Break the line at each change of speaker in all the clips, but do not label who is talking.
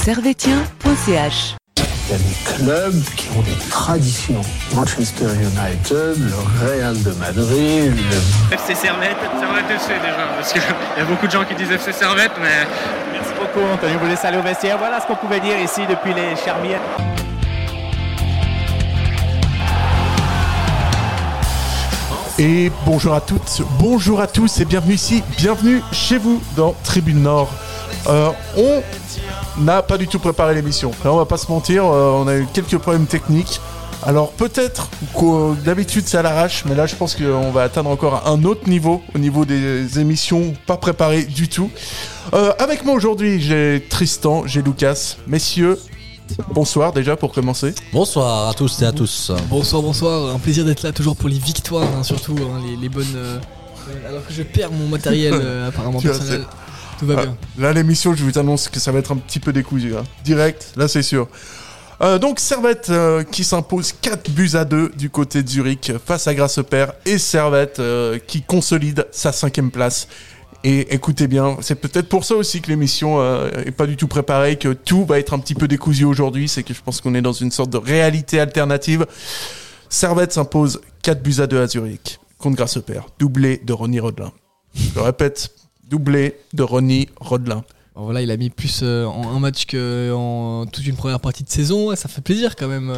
servetien.ch.
Il y a des clubs qui ont des traditions. Manchester United, le Real de Madrid, le
FC Servette FC déjà, parce qu'il y a beaucoup de gens qui disent FC Servette, mais...
Merci beaucoup Anthony, vous laissez aller au vestiaire. Voilà ce qu'on pouvait dire ici depuis les Charmières.
Et bonjour à toutes, bonjour à tous et bienvenue ici, bienvenue chez vous dans Tribune Nord. On n'a pas du tout préparé l'émission, là on va pas se mentir, on a eu quelques problèmes techniques. Alors peut-être que d'habitude c'est à l'arrache, mais là je pense qu'on va atteindre encore un autre niveau, au niveau des émissions pas préparées du tout. Avec moi aujourd'hui j'ai Tristan, j'ai Lucas, messieurs. Bonsoir déjà pour commencer.
Bonsoir à tous et à tous.
Bonsoir, un plaisir d'être là toujours pour les victoires, surtout les bonnes... alors que je perds mon matériel apparemment personnel, tout va bien.
Là l'émission je vous annonce que ça va être un petit peu décousu, direct, là c'est sûr. Donc Servette qui s'impose 4-2 du côté de Zurich face à Grasshopper et Servette qui consolide sa 5e place. Et écoutez bien, c'est peut-être pour ça aussi que l'émission est pas du tout préparée, que tout va être un petit peu décousu aujourd'hui, c'est que je pense qu'on est dans une sorte de réalité alternative. Servette s'impose 4-2 à Zurich contre Grasshopper, doublé de Ronny Rodelin. Je répète, doublé de Ronny Rodelin.
Alors voilà, il a mis plus en un match qu'en toute une première partie de saison. Ouais, ça fait plaisir quand même.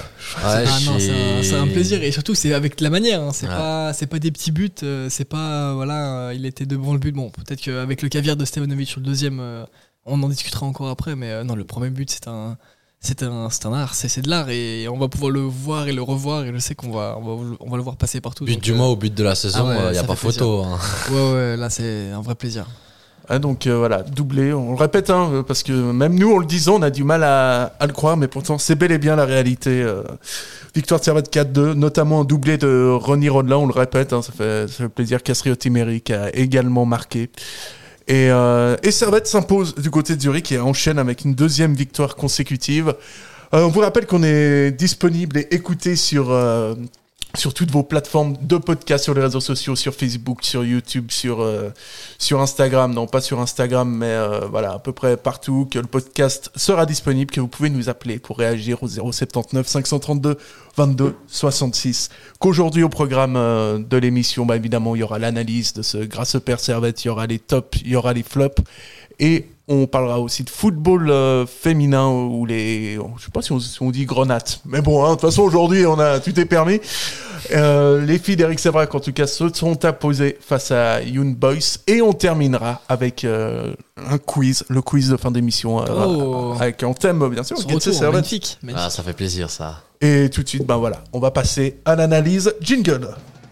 C'est un plaisir et surtout c'est avec la manière. C'est pas des petits buts. C'est pas il était devant le but. Bon, peut-être qu'avec le caviar de Stevanovic sur le deuxième, on en discutera encore après. Mais non, le premier but c'est un art. C'est de l'art et on va pouvoir le voir et le revoir et je sais qu'on va le voir passer partout.
But
donc,
du mois au but de la saison, y a pas photo.
Ouais, là c'est un vrai plaisir.
Donc voilà, doublé, on le répète, parce que même nous en le disant, on a du mal à le croire, mais pourtant c'est bel et bien la réalité. Victoire de Servette 4-2, notamment un doublé de Ronny Rodelin, on le répète, ça fait plaisir. Castriot Timeri qui a également marqué. Et Servette s'impose du côté de Zurich et enchaîne avec une 2e victoire consécutive. On vous rappelle qu'on est disponible et écouté sur toutes vos plateformes de podcast, sur les réseaux sociaux, sur Facebook, sur YouTube, sur Instagram. Non, pas sur Instagram, mais à peu près partout, que le podcast sera disponible, que vous pouvez nous appeler pour réagir au 079 532 22 66. Qu'aujourd'hui, au programme de l'émission, évidemment, il y aura l'analyse de ce Grasshopper Servette, il y aura les tops, il y aura les flops, et on parlera aussi de football féminin ou je sais pas si on dit grenattes. Mais bon, de toute façon, aujourd'hui, tout est permis. Les filles d'Eric Sévrac, en tout cas, se sont imposées face à Young Boys. Et on terminera avec un quiz, le quiz de fin d'émission. Avec un thème, bien sûr.
Magnifique.
Ah, ça fait plaisir, ça.
Et tout de suite, on va passer à l'analyse. Jingle.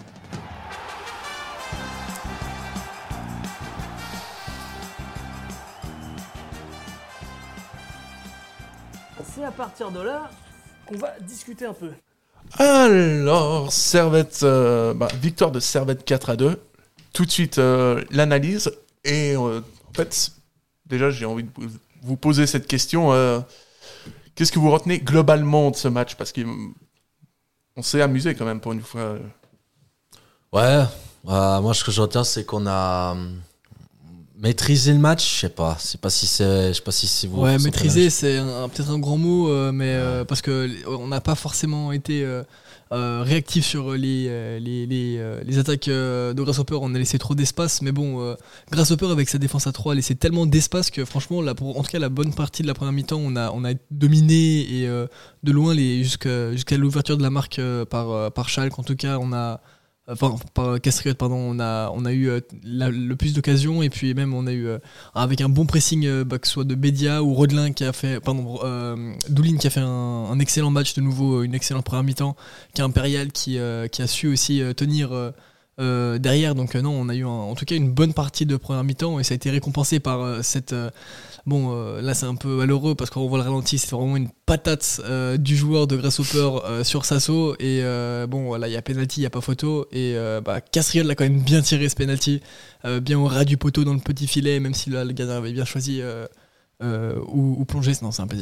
C'est à partir de là qu'on va discuter un peu.
Alors, Servette, victoire de Servette 4-2. Tout de suite, l'analyse. Et en fait, déjà, j'ai envie de vous poser cette question. Qu'est-ce que vous retenez globalement de ce match ? Parce qu'on s'est amusé quand même pour une fois.
Ouais, moi ce que je retiens, c'est qu'on a maîtrisé le match. Je sais pas si c'est vous.
Ouais, maîtriser, c'est peut-être un grand mot, mais parce que on n'a pas forcément été réactif sur les attaques de Grasshopper. On a laissé trop d'espace, mais bon, Grasshopper avec sa défense à 3 a laissé tellement d'espace que franchement, en tout cas la bonne partie de la première mi-temps, on a dominé et de loin jusqu'à l'ouverture de la marque par Schalke. En tout cas, par Castriot, on a eu le plus d'occasions et puis même on a eu avec un bon pressing que ce soit de Bédia ou Rodelin Doulin qui a fait un excellent match de nouveau, une excellente première mi-temps, qui est Impérial qui a su aussi tenir derrière. Donc non, on a eu en tout cas une bonne partie de première mi-temps et ça a été récompensé par cette là c'est un peu malheureux parce qu'on voit le ralenti, c'est vraiment une patate du joueur de Grasshopper sur Sasso et il y a penalty, il y a pas photo et Castriot l'a quand même bien tiré ce penalty, bien au ras du poteau dans le petit filet, même si là le gardien avait bien choisi où plonger. Non, c'est un plaisir.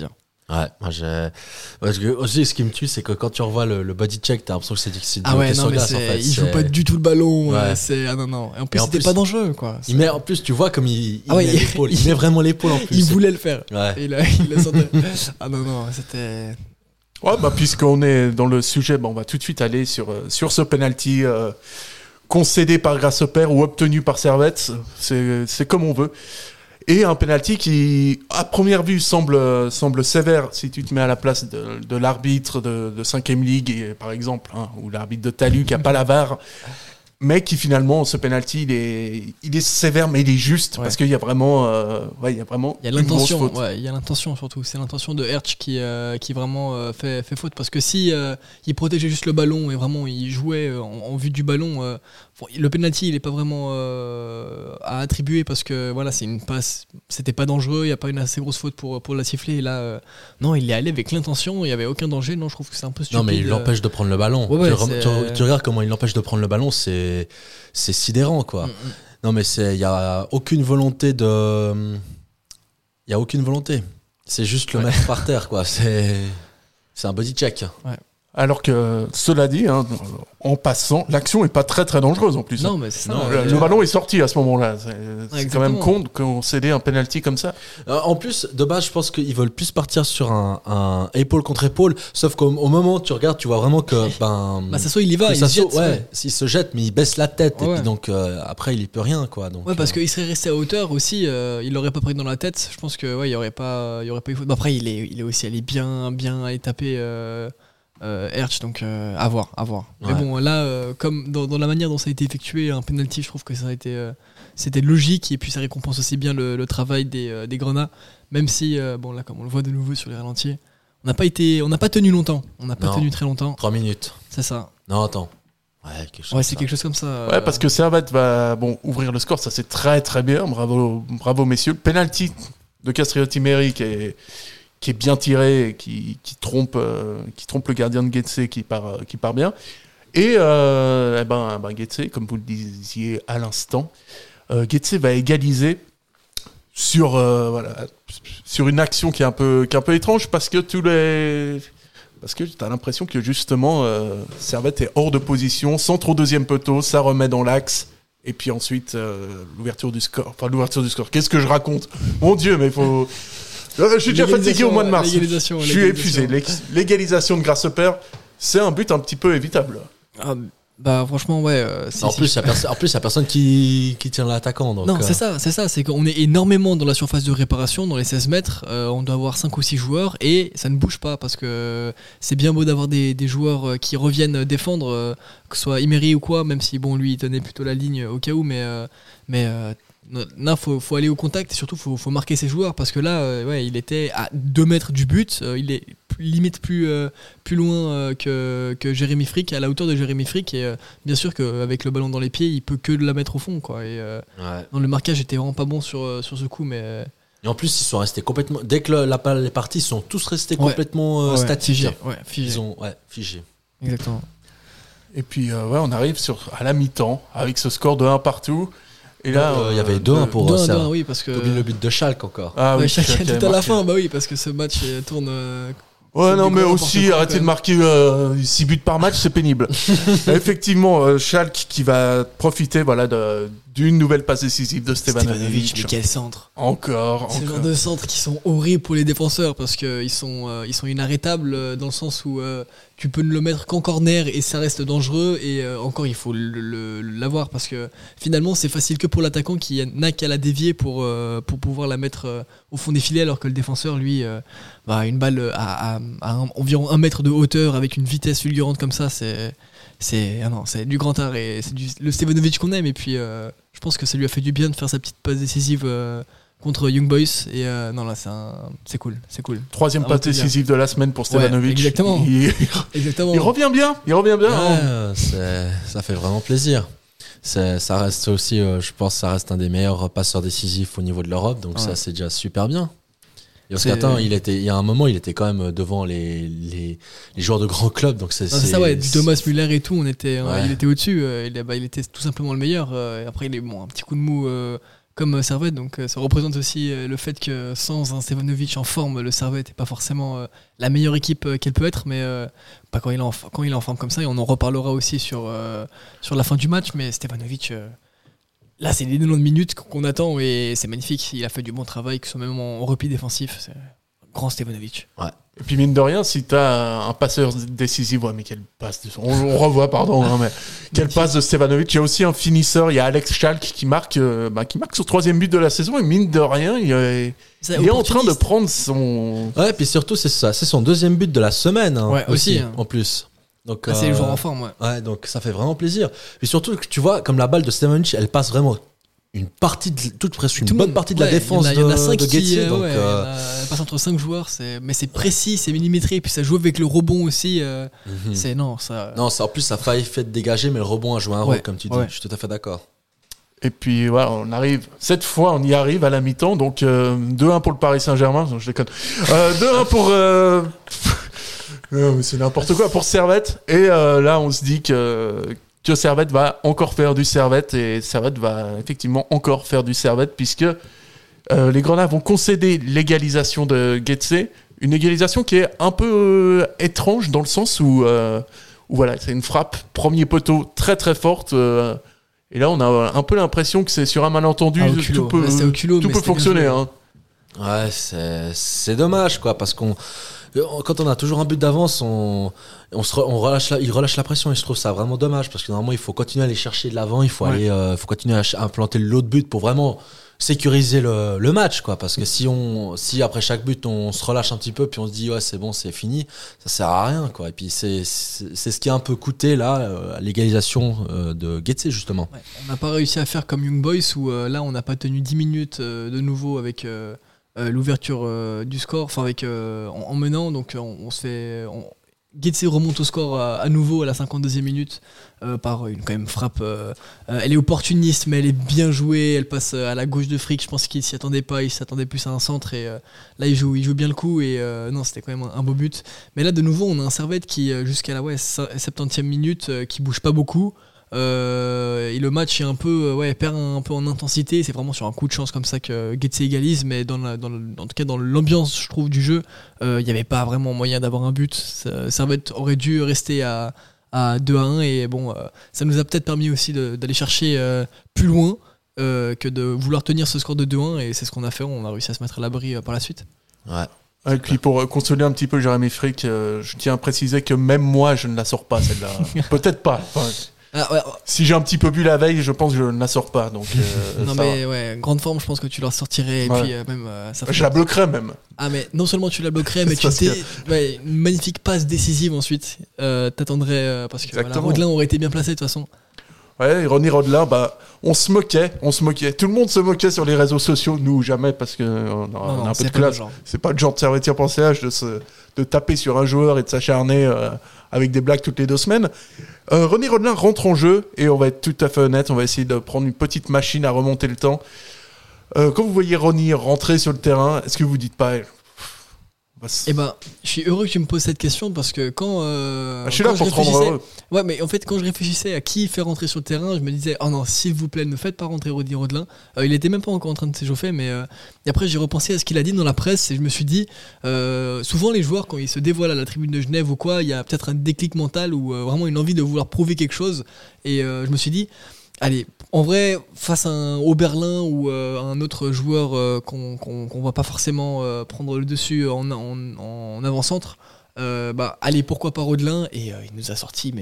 Ouais, parce que aussi ce qui me tue, c'est que quand tu revois le body check, t'as l'impression que c'est du
Ah ouais,
hockey
non,
sur
mais
glace en fait.
il joue pas du tout le ballon.
Ouais.
Ah non. Et en plus,
Et en
c'était
plus,
pas dangereux, quoi.
Il met, en plus, tu vois comme il
Ah ouais,
met l'épaule. Il met vraiment l'épaule en plus.
Il voulait le faire.
Ouais.
Et là, il le sentait. Ah non, c'était.
Ouais, bah, puisqu'on est dans le sujet, on va tout de suite aller sur ce penalty concédé par Grasshopper ou obtenu par Servette. C'est comme on veut. Et un penalty qui, à première vue, semble sévère si tu te mets à la place de l'arbitre de 5e Ligue, et, par exemple, ou l'arbitre de Talus qui n'a pas la VAR. Mais qui finalement, ce penalty, il est sévère, mais il est juste, parce qu'il y a vraiment,
Il y a
une grosse
l'intention,
faute.
il y a l'intention surtout. C'est l'intention de Hertz qui vraiment fait faute. Parce que si il protégeait juste le ballon et vraiment il jouait en vue du ballon, le penalty il est pas vraiment à attribuer parce que voilà, c'est une passe, c'était pas dangereux, il y a pas une assez grosse faute pour la siffler. Et là, non, il est allé avec l'intention, il y avait aucun danger. Non, je trouve que c'est un peu stupide.
Non, mais il l'empêche de prendre le ballon.
Ouais,
tu regardes comment il l'empêche de prendre le ballon, c'est sidérant, quoi. Non, mais il y a aucune volonté de. Il y a aucune volonté. C'est juste le mettre par terre, quoi. C'est un body check.
Ouais.
Alors que, cela dit, en passant, l'action est pas très très dangereuse en plus.
Non, mais c'est ça.
Non, le ballon est sorti à ce moment-là. C'est quand même con qu'on cédait un penalty comme ça.
En plus, de base, je pense qu'ils veulent plus partir sur un épaule contre épaule. Sauf qu'au moment où tu regardes, tu vois vraiment que.
Sasso, il y va, il se jette.
Ouais, s'il se jette, mais il baisse la tête.
Ouais.
Et puis donc, après, il y peut rien, quoi. Donc,
ouais, parce qu'il serait resté à hauteur aussi, il l'aurait pas pris dans la tête. Je pense que, il y aurait pas eu faute. Après, il est aussi allé bien aller taper. Hertz, donc à voir. Mais bon, là, comme dans la manière dont ça a été effectué, un penalty, je trouve que ça a été, c'était logique et puis ça récompense aussi bien le travail des Grenats, même si, là, comme on le voit de nouveau sur les ralentis, on n'a pas tenu longtemps, tenu très longtemps.
3 minutes.
C'est ça.
Non, attends. Ouais,
C'est quelque chose comme ça.
Ouais, parce que Servette va ouvrir le score, ça c'est très très bien, bravo messieurs. Penalty de Castriotti-Meri qui est bien tiré et qui trompe le gardien de Getse qui part bien. Et Getse, comme vous le disiez à l'instant, Getse va égaliser sur une action qui est un peu étrange parce que tu as l'impression que justement Servette est hors de position, centre au deuxième poteau, ça remet dans l'axe. Et puis ensuite l'ouverture du score. Qu'est-ce que je raconte ? Mon Dieu, mais il faut... Je suis déjà fatigué au mois de mars. Je suis épuisé. L'égalisation de Grasshopper, c'est un but un petit peu évitable.
Franchement, ouais.
En plus, il n'y a personne qui tient l'attaquant. Donc,
non, c'est ça. C'est qu'on est énormément dans la surface de réparation, dans les 16 mètres. On doit avoir 5 ou 6 joueurs et ça ne bouge pas parce que c'est bien beau d'avoir des joueurs qui reviennent défendre, que ce soit Imeri ou quoi, même si, lui, il tenait plutôt la ligne au cas où, mais non, faut aller au contact et surtout faut marquer ses joueurs parce que là il était à 2 mètres du but, il est limite plus loin que Jérémy Frick, à la hauteur de Jérémy Frick, et bien sûr qu'avec le ballon dans les pieds il peut que la mettre au fond, quoi. Et non, le marquage était vraiment pas bon sur ce coup, mais
et en plus ils sont restés complètement, dès que la balle est partie, ils sont tous restés complètement statiques,
figés.
Figés.
Exactement.
Et puis on arrive à la mi-temps avec ce score de 1 partout. Et là,
il y avait 2-1 pour ça.
Oui, parce que
le but de Schalke encore.
Ah oui,
Schalke tout à la fin, parce que ce match tourne.
Ouais, non, mais aussi arrêter de marquer 6 buts par match, c'est pénible. Effectivement, Schalke qui va profiter d'une nouvelle passe décisive de Stevanovic.
Mais quel centre!
Encore.
C'est le genre de centres qui sont horribles pour les défenseurs parce qu'ils sont inarrêtables dans le sens où tu peux ne le mettre qu'en corner et ça reste dangereux, et encore il faut l'avoir parce que finalement c'est facile que pour l'attaquant qui n'a qu'à la dévier pour pouvoir la mettre au fond des filets, alors que le défenseur lui une balle à environ 1 mètre de hauteur avec une vitesse fulgurante comme ça, c'est du grand art et c'est le Stevanovic qu'on aime. Et puis je pense que ça lui a fait du bien de faire sa petite passe décisive contre Young Boys, et c'est cool.
3e passe décisive de la semaine pour Stevanovic.
Ouais, exactement.
Il revient bien.
Ça fait vraiment plaisir. Ça reste aussi, je pense, ça reste un des meilleurs passeurs décisifs au niveau de l'Europe, donc ça c'est déjà super bien. Et parce qu'attends, il y a un moment, il était quand même devant les joueurs de grands clubs, donc c'est
du Thomas Müller et tout, il était au-dessus, il était tout simplement le meilleur. Et après il est un petit coup de mou comme Servette, donc ça représente aussi le fait que sans un Stevanovic en forme, le Servette n'est pas forcément la meilleure équipe qu'elle peut être, mais pas quand il est en forme comme ça, et on en reparlera aussi sur la fin du match, mais Stevanovic, là c'est les 90 minutes qu'on attend, et c'est magnifique, il a fait du bon travail, que ce soit même en repli défensif, c'est grand Stevanovic.
Ouais.
Et puis mine de rien, si t'as un passeur décisif, ouais, mais quelle passe on revoit, pardon, hein, mais quelle passe de Stevanovic. Il y a aussi un finisseur, il y a Alex Schalk qui marque son 3e but de la saison, et mine de rien, il est en train de prendre son...
Ouais, puis surtout c'est ça, c'est son 2e but de la semaine, hein,
ouais, aussi hein.
En plus. Donc,
c'est le joueur en forme, ouais.
Ouais, donc ça fait vraiment plaisir. Et surtout, tu vois, comme la balle de Stevanovic, elle passe vraiment presque une bonne partie de la défense de Guettier.
Elle passe entre 5 joueurs, mais c'est précis, c'est millimétré, et puis ça joue avec le rebond aussi.
Non, en plus ça a failli fait dégager, mais le rebond a joué un rôle, comme tu dis. Je suis tout à fait d'accord.
Et puis voilà, on arrive, cette fois on y arrive à la mi-temps, donc 2-1 pour le Paris Saint-Germain, non, je déconne. 2-1 pour... c'est n'importe quoi, pour Servette, et là on se dit que Servette va encore faire du Servette, et Servette va effectivement encore faire du Servette, puisque les Grenats vont concéder l'égalisation de Guettier, une égalisation qui est un peu étrange dans le sens où voilà, c'est une frappe premier poteau très très forte, et là on a un peu l'impression que c'est sur un malentendu, tout peut fonctionner. Hein.
Ouais, c'est dommage quoi, parce quand on a toujours un but d'avance, il relâche la pression, et je trouve ça vraiment dommage, parce que normalement il faut continuer à aller chercher de l'avant, il faut faut continuer à implanter l'autre but pour vraiment sécuriser le match quoi, parce que si après chaque but on se relâche un petit peu, puis on se dit ouais c'est bon, c'est fini, ça sert à rien quoi. Et puis c'est ce qui a un peu coûté là l'égalisation de Guettier justement. Ouais,
on n'a pas réussi à faire comme Young Boys où là on n'a pas tenu 10 minutes de nouveau avec l'ouverture du score, enfin avec en menant, donc on se fait Guettier remonte au score à nouveau à la 52e minute par une quand même frappe. Elle est opportuniste, mais elle est bien jouée. Elle passe à la gauche de Frick. Je pense qu'il s'y attendait pas. Il s'attendait plus à un centre, et là il joue bien le coup. Et non, c'était quand même un beau but. Mais là de nouveau, on a un Servette qui jusqu'à la 70e minute qui bouge pas beaucoup. Et le match est un peu perd un peu en intensité. C'est vraiment sur un coup de chance comme ça que Guettier égalise, mais en tout cas dans l'ambiance je trouve du jeu, il n'y avait pas vraiment moyen d'avoir un but. Servette aurait dû rester à 2-1, et bon, ça nous a peut-être permis aussi d'aller chercher plus loin que de vouloir tenir ce score de 2-1, et c'est ce qu'on a fait. On a réussi à se mettre à l'abri par la suite.
Ouais.
Et puis pour consoler un petit peu Jérémy Frick, je tiens à préciser que même moi je ne la sors pas celle-là. Peut-être pas. Enfin, si j'ai un petit peu bu la veille, je pense que je ne la sors pas. Donc,
non mais grande forme, je pense que tu la sortirais, et puis même ça
je la bloquerais même.
Ah mais non seulement tu la bloquerais, mais une magnifique passe décisive ensuite. T'attendrais parce que Rodelin aurait été bien placé de toute façon.
Ouais, Ronny Rodelin, on se moquait. Tout le monde se moquait sur les réseaux sociaux, nous jamais, parce que on a un peu de classe. C'est pas le genre de Servetien pour CH de taper sur un joueur et de s'acharner avec des blagues toutes les 2 semaines. Ronny Rodelin rentre en jeu, et on va être tout à fait honnête, on va essayer de prendre une petite machine à remonter le temps. Quand vous voyez Ronny rentrer sur le terrain, est-ce que vous dites pas...
Eh ben, je suis heureux que tu me poses cette question, parce que quand
je suis là pour te rendre heureux.
Ouais, mais en fait, quand je réfléchissais à qui faire rentrer sur le terrain, je me disais oh non, s'il vous plaît, ne faites pas rentrer Ronny Rodelin. Il était même pas encore en train de s'échauffer, mais et après j'ai repensé à ce qu'il a dit dans la presse, et je me suis dit souvent les joueurs, quand ils se dévoilent à la tribune de Genève ou quoi, il y a peut-être un déclic mental ou vraiment une envie de vouloir prouver quelque chose, et je me suis dit allez, en vrai, face à un Oberlin ou un autre joueur qu'on voit pas forcément prendre le dessus en avant-centre, allez, pourquoi pas Rodelin. Et il nous a sorti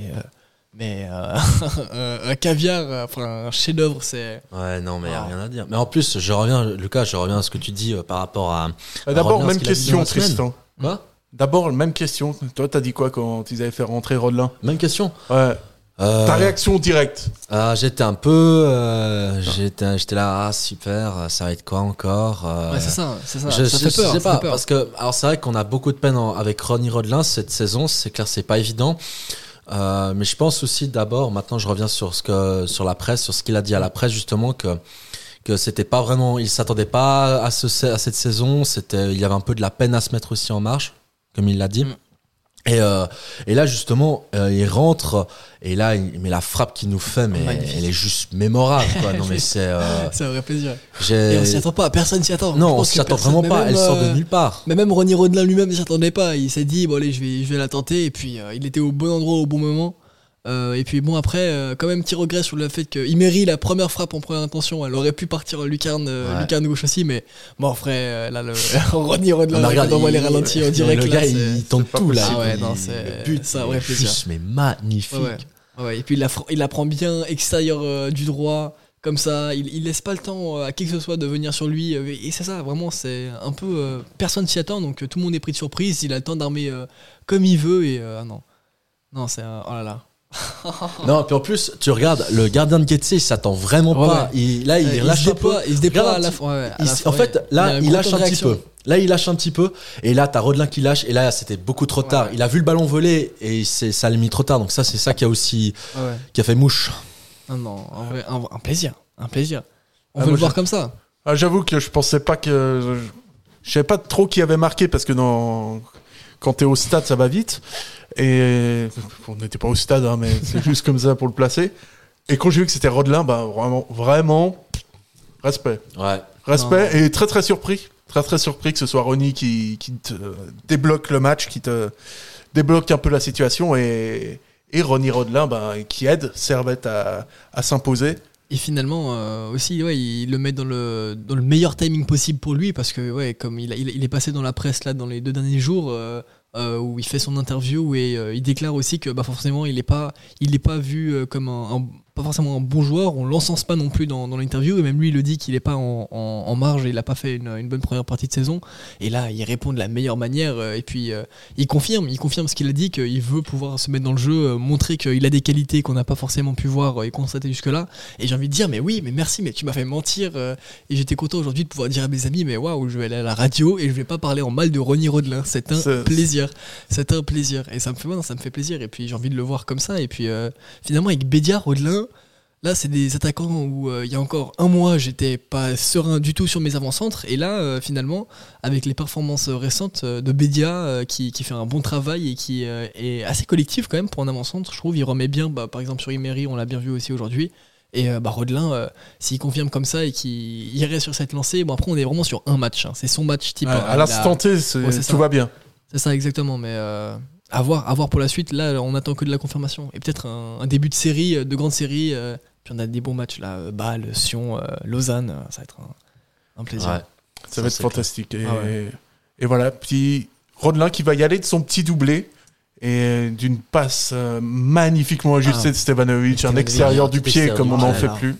un caviar, un chef-d'œuvre.
Ouais, non, mais il n'y a rien à dire. Mais en plus, Lucas, je reviens à ce que tu dis par rapport à...
D'abord, même question, Tristan.
Quoi ?
D'abord, même question. Toi, t'as dit quoi quand ils avaient fait rentrer Rodelin ?
Même question.
Ouais. Ta réaction directe?
J'étais un peu, j'étais là, super, ça va être quoi encore?
Ouais, c'est ça.
Je sais pas, parce que, alors c'est vrai qu'on a beaucoup de peine avec Ronny Rodelin cette saison, c'est clair, c'est pas évident. Mais je pense aussi d'abord, maintenant je reviens sur la presse, sur ce qu'il a dit à la presse justement, que c'était pas vraiment, il s'attendait pas à cette saison, il y avait un peu de la peine à se mettre aussi en marche, comme il l'a dit. Et là justement il rentre et là mais la frappe qu'il nous fait mais
Magnifique.
elle est juste mémorable quoi. Non mais c'est
C'est un vrai plaisir. Et on s'y attend pas, personne s'y attend. Je
non on
pense
s'y
que
attend
personne-
vraiment
mais
pas,
même,
elle sort de nulle part.
Mais même Ronny Rodelin lui-même s'y attendait pas. Il s'est dit bon allez je vais la tenter et puis il était au bon endroit au bon moment. Et puis bon après quand même petit regret sur le fait que Imeri la première frappe en première intention elle aurait pu partir lucarne lucarne gauche aussi mais bon après là le Ronny Rodelin
regarde,
quand on voit les ralentis en direct
le
là,
gars
c'est-
il tente tout là.
Ah ouais, non,
Le but
c'est un
il
vrai
est
plaisir.
juste mais magnifique.
Ouais, et puis il la prend bien extérieur du droit comme ça, il laisse pas le temps à qui que ce soit de venir sur lui et c'est ça vraiment c'est un peu personne s'y attend donc tout le monde est pris de surprise, il a le temps d'armer comme il veut et non c'est oh là là.
Non, puis en plus, tu regardes, le gardien de Getse, il s'attend vraiment pas. Il lâche un peu.
Il se déploie
Regarde,
à la fin.
En fait, là, il lâche un petit peu. Là, il lâche un petit peu. Et là, t'as Rodelin qui lâche. Et là, c'était beaucoup trop tard. Il a vu le ballon voler et ça l'a mis trop tard. Donc ça, c'est ça qui a aussi qui a fait mouche.
Non, en vrai, un plaisir. On
Ah,
veut le
moi,
voir comme ça.
Ah, j'avoue que je pensais pas que. Je savais pas trop qui avait marqué parce que quand t'es au stade, ça va vite. Et on n'était pas au stade, hein, mais c'est juste comme ça pour le placer. Et quand j'ai vu que c'était Rodelin, bah vraiment, respect.
Ouais.
Respect et très très surpris. Très très surpris que ce soit Ronny qui te débloque le match, qui te débloque un peu la situation et Ronny Rodelin qui aide Servette à s'imposer.
Et finalement aussi il le met dans le meilleur timing possible pour lui parce que comme il est passé dans la presse là dans les 2 derniers jours où il fait son interview et il déclare aussi que forcément il est pas vu comme pas forcément un bon joueur, on l'encense pas non plus dans l'interview et même lui il le dit qu'il est pas en marge et il a pas fait une bonne première partie de saison et là il répond de la meilleure manière et puis il confirme ce qu'il a dit, qu'il veut pouvoir se mettre dans le jeu, montrer qu'il a des qualités qu'on n'a pas forcément pu voir et constater jusque là et j'ai envie de dire mais merci mais tu m'as fait mentir et j'étais content aujourd'hui de pouvoir dire à mes amis mais waouh je vais aller à la radio et je vais pas parler en mal de Ronny Rodelin, c'est un plaisir et ça me fait plaisir et puis j'ai envie de le voir comme ça et puis finalement avec Bédia Rodelin là c'est des attaquants où il y a encore un mois j'étais pas serein du tout sur mes avant-centres et là finalement avec les performances récentes de Bédia qui fait un bon travail et qui est assez collectif quand même pour un avant-centre, je trouve il remet bien par exemple sur Imeri on l'a bien vu aussi aujourd'hui et Rodelin s'il confirme comme ça et qu'il irait sur cette lancée après on est vraiment sur un match c'est son match type
à l'instant T tout va bien,
c'est ça exactement mais à voir pour la suite là on attend que de la confirmation et peut-être un début de série de grande série puis on a des bons matchs là Bâle, Sion, Lausanne ça va être un plaisir.
Ouais.
Ça va être fantastique et voilà puis Rodelin qui va y aller de son petit doublé et d'une passe magnifiquement ajustée de Stevanovic, un extérieur du pied comme on n'en fait plus.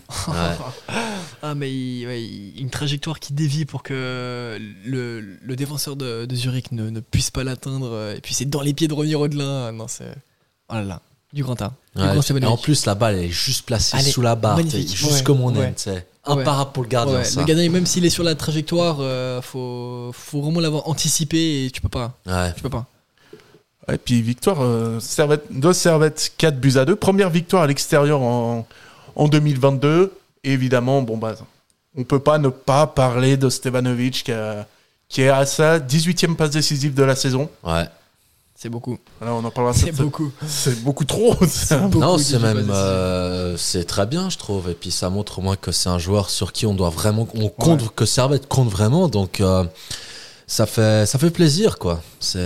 Mais une trajectoire qui dévie pour que le défenseur de Zurich ne puisse pas l'atteindre et puis c'est dans les pieds de Ronny Rodelin, non c'est oh là là du grand art.
Et en plus la balle elle est juste placée sous la barre, juste comme on aime, imparable pour le gardien.
Le gardien même s'il est sur la trajectoire faut vraiment l'avoir anticipé et tu peux pas.
Et puis victoire de Servette 4-2, première victoire à l'extérieur en 2022. Et évidemment, on peut pas ne pas parler de Stevanovic qui est à sa 18e passe décisive de la saison.
Ouais.
C'est beaucoup.
Alors on en parlera.
Beaucoup.
C'est beaucoup trop.
Non, c'est même c'est très bien, je trouve. Et puis ça montre au moins que c'est un joueur sur qui on compte, que Servette compte vraiment. Donc ça fait plaisir, quoi.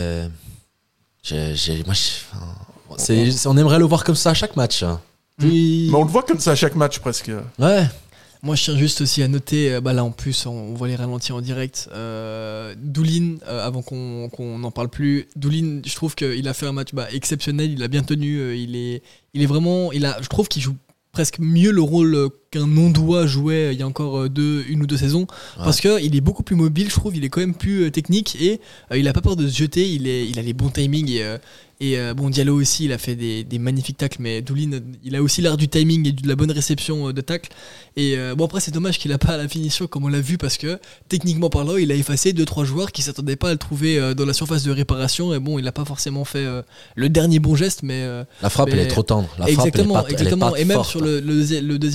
On aimerait le voir comme ça à chaque match.
Puis... Mais on le voit comme ça à chaque match presque.
Ouais.
Moi je tiens juste aussi à noter, là en plus on voit les ralentis en direct, Doulin, avant qu'on n'en parle plus, Doulin je trouve qu'il a fait un match exceptionnel, il a bien tenu, il est vraiment, je trouve qu'il joue presque mieux le rôle qu'un non-doigt jouait il y a encore une ou deux saisons, parce qu'il est beaucoup plus mobile, je trouve, il est quand même plus technique et il a pas peur de se jeter, il a les bons timings et Diallo aussi il a fait des magnifiques tacles, mais Doulin il a aussi l'art du timing et de la bonne réception de tacle et après c'est dommage qu'il a pas la finition comme on l'a vu, parce que techniquement parlant il a effacé 2-3 joueurs qui s'attendaient pas à le trouver dans la surface de réparation, et il a pas forcément fait le dernier bon geste, mais
la frappe elle est trop tendre,
exactement,
elle est pas
et même
forte.
sur le deuxième but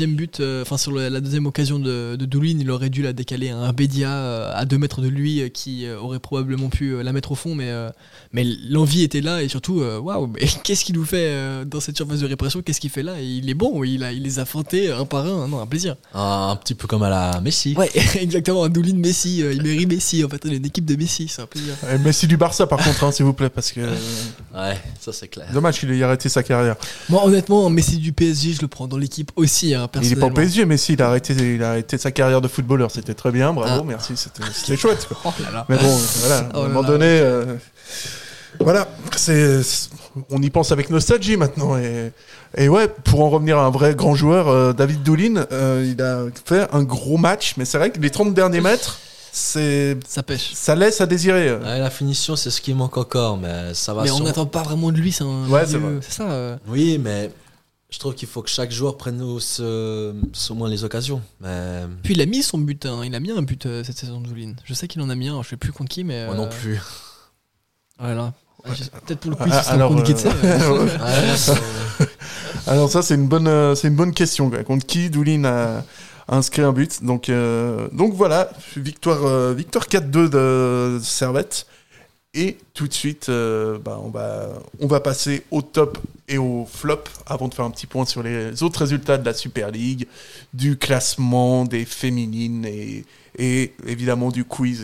sur la deuxième occasion de Doulin, il aurait dû la décaler un Bédia à 2 mètres de lui qui aurait probablement pu la mettre au fond, mais l'envie était là et surtout, waouh, mais qu'est-ce qu'il nous fait dans cette surface de répression, qu'est-ce qu'il fait là? Et il est bon, il les a feintés un par un, non, un plaisir.
Un petit peu comme à la Messi.
Ouais, exactement, un Doulin Messi, il mérite Messi, en fait, il est une équipe de Messi, c'est un plaisir.
Messi du Barça par contre, s'il vous plaît, parce que
Ouais, ça c'est clair.
dommage qu'il ait arrêté sa carrière.
Moi, honnêtement, Messi du PSG, je le prends dans l'équipe aussi, hein,
Il est
personnellement.
pas au PSG, Messi, il a arrêté sa carrière de footballeur, c'était très bien, bravo, merci, c'était chouette, quoi.
Oh là là.
Mais bon, voilà, à
Oh
un
là
moment
là.
donné, voilà, on y pense avec nostalgie maintenant. Et ouais, pour en revenir à un vrai grand joueur, David Doulin, il a fait un gros match, mais c'est vrai que les 30 derniers mètres,
Ça pêche.
ça laisse à désirer.
Ouais, la finition, c'est ce qui manque encore, mais ça va
Mais on
sûrement-
n'attend pas vraiment de lui, c'est un
Ouais,
milieu-
c'est vrai.
c'est ça.
Oui, mais je trouve qu'il faut que chaque joueur prenne au moins les occasions. Mais
Puis il a mis son but, hein. Il a mis un but cette saison de Doulin. Je sais qu'il en a mis un, je sais plus contre qui, mais.
moi non plus.
Voilà. Peut-être pour le quiz,
Ah,
c'est un contre qui, tu sais.
Ouais, c'est-
Alors ça, c'est une bonne question. Quoi. Contre qui Doulin a inscrit un but. Donc voilà, victoire 4-2 de Servette. Et tout de suite, on va passer au top et au flop avant de faire un petit point sur les autres résultats de la Super League, du classement des féminines et évidemment du quiz.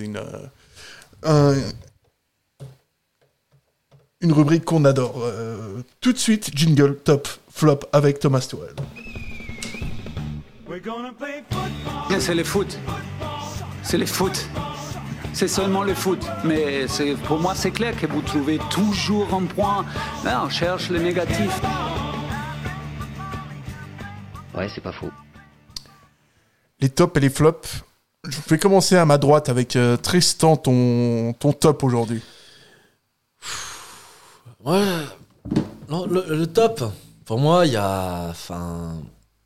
Une rubrique qu'on adore. Tout de suite, jingle, top, flop avec Thomas Tourelle.
C'est le foot. C'est le foot. C'est seulement le foot. Mais pour moi, c'est clair que vous trouvez toujours un point. Là, on cherche le négatif.
Ouais, c'est pas faux.
Les tops et les flops. Je vais commencer à ma droite avec Tristan, ton top aujourd'hui.
Ouais. Non, le top, pour moi, il y a. Enfin.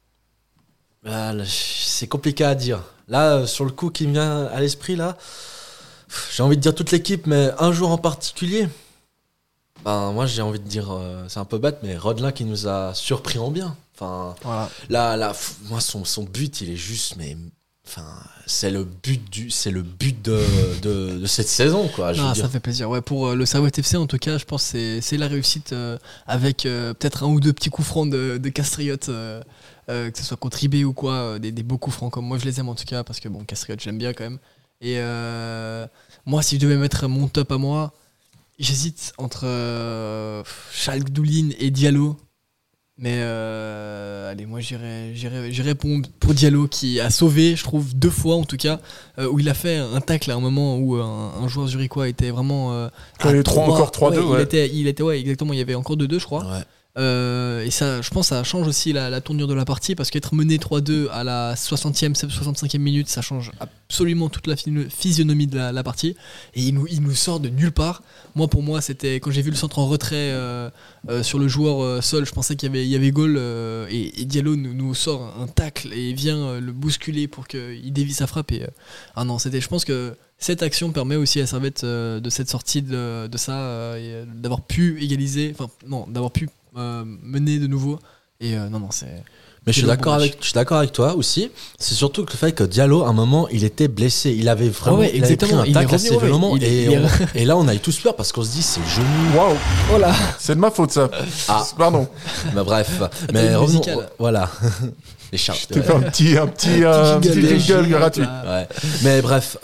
C'est compliqué à dire. Là, sur le coup qui me vient à l'esprit, là, j'ai envie de dire toute l'équipe, mais un jour en particulier. Moi, j'ai envie de dire, c'est un peu bête, mais Rodelin qui nous a surpris en bien. Enfin,
Voilà.
moi, son but, il est juste, mais. Enfin, c'est le but de cette saison, quoi. Je veux dire.
Ça fait plaisir. Ouais, pour le Servette FC, en tout cas, je pense que c'est la réussite avec peut-être un ou deux petits coups francs de Castriote, que ce soit contre IB ou quoi, des beaux coups francs comme moi je les aime en tout cas, parce que bon, Castriote, j'aime bien quand même. Et moi, si je devais mettre mon top à moi, j'hésite entre Schalke, Doulin et Diallo. Mais allez, moi j'irai pour Diallo qui a sauvé, je trouve, 2 fois en tout cas, où il a fait un tacle à un moment où un joueur zurichois était vraiment.
Il y avait encore 3-2, ouais.
Il était, ouais, exactement, il y avait encore 2-2, je crois.
Ouais.
Et ça, je pense que ça change aussi la tournure de la partie, parce qu'être mené 3-2 à la 60e, 65e minute, ça change absolument toute la physionomie de la partie. Et il nous sort de nulle part. Pour moi, c'était quand j'ai vu le centre en retrait sur le joueur Sol, je pensais qu'il y avait goal, et Diallo nous sort un tacle et vient le bousculer pour qu'il dévie sa frappe. Et je pense que cette action permet aussi à Servette de cette sortie de ça, et d'avoir pu égaliser, d'avoir pu mener de nouveau. Et c'est.
Mais je suis d'accord avec toi aussi. C'est surtout que le fait que Diallo, à un moment, il était blessé. Il avait vraiment
Ouais,
il avait pris
exactement.
un
Il est
tacle
revenu,
assez
ouais.
violemment.
Il
Et là, on a eu tous peur parce qu'on se dit, c'est le genou.
Waouh,
Oh là.
c'est de ma faute ça.
Ah.
Pardon.
Bah, bref.
Une
Mais revenons.
musicale.
Voilà. Les chats.
Je t'ai fait un petit jingle gratuit.
Ouais. Mais bref,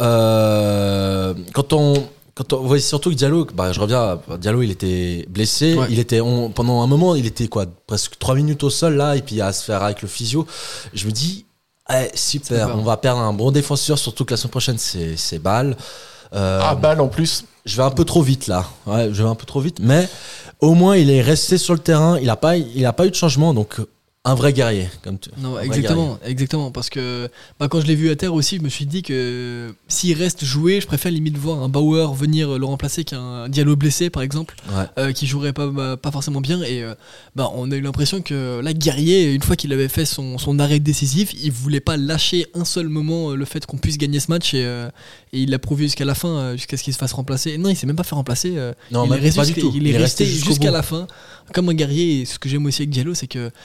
quand on voit surtout que Diallo, je reviens, Diallo il était blessé,
Ouais.
Pendant un moment il était presque 3 minutes au sol là, et puis à se faire avec le physio, je me dis super, on va perdre un bon défenseur, surtout que la semaine prochaine c'est Bâle.
Bâle en plus.
Je vais un peu trop vite là, mais au moins il est resté sur le terrain, il a pas eu de changement, donc un vrai guerrier, comme tu.
Non,
un vrai guerrier.
exactement, parce que quand je l'ai vu à terre aussi, je me suis dit que s'il reste jouer, je préfère limite voir un Bauer venir le remplacer qu'un Diallo blessé par exemple, qui jouerait pas forcément bien. Et on a eu l'impression que là, Guerrier, une fois qu'il avait fait son arrêt décisif, il voulait pas lâcher un seul moment le fait qu'on puisse gagner ce match, et il l'a prouvé jusqu'à la fin, jusqu'à ce qu'il se fasse remplacer. Non, il s'est même pas fait remplacer.
Non,
il est resté
pas du tout.
Il est resté
jusqu'au
jusqu'à
bout.
la fin, comme un guerrier. Et ce que j'aime aussi avec Diallo, c'est que il lâche pas.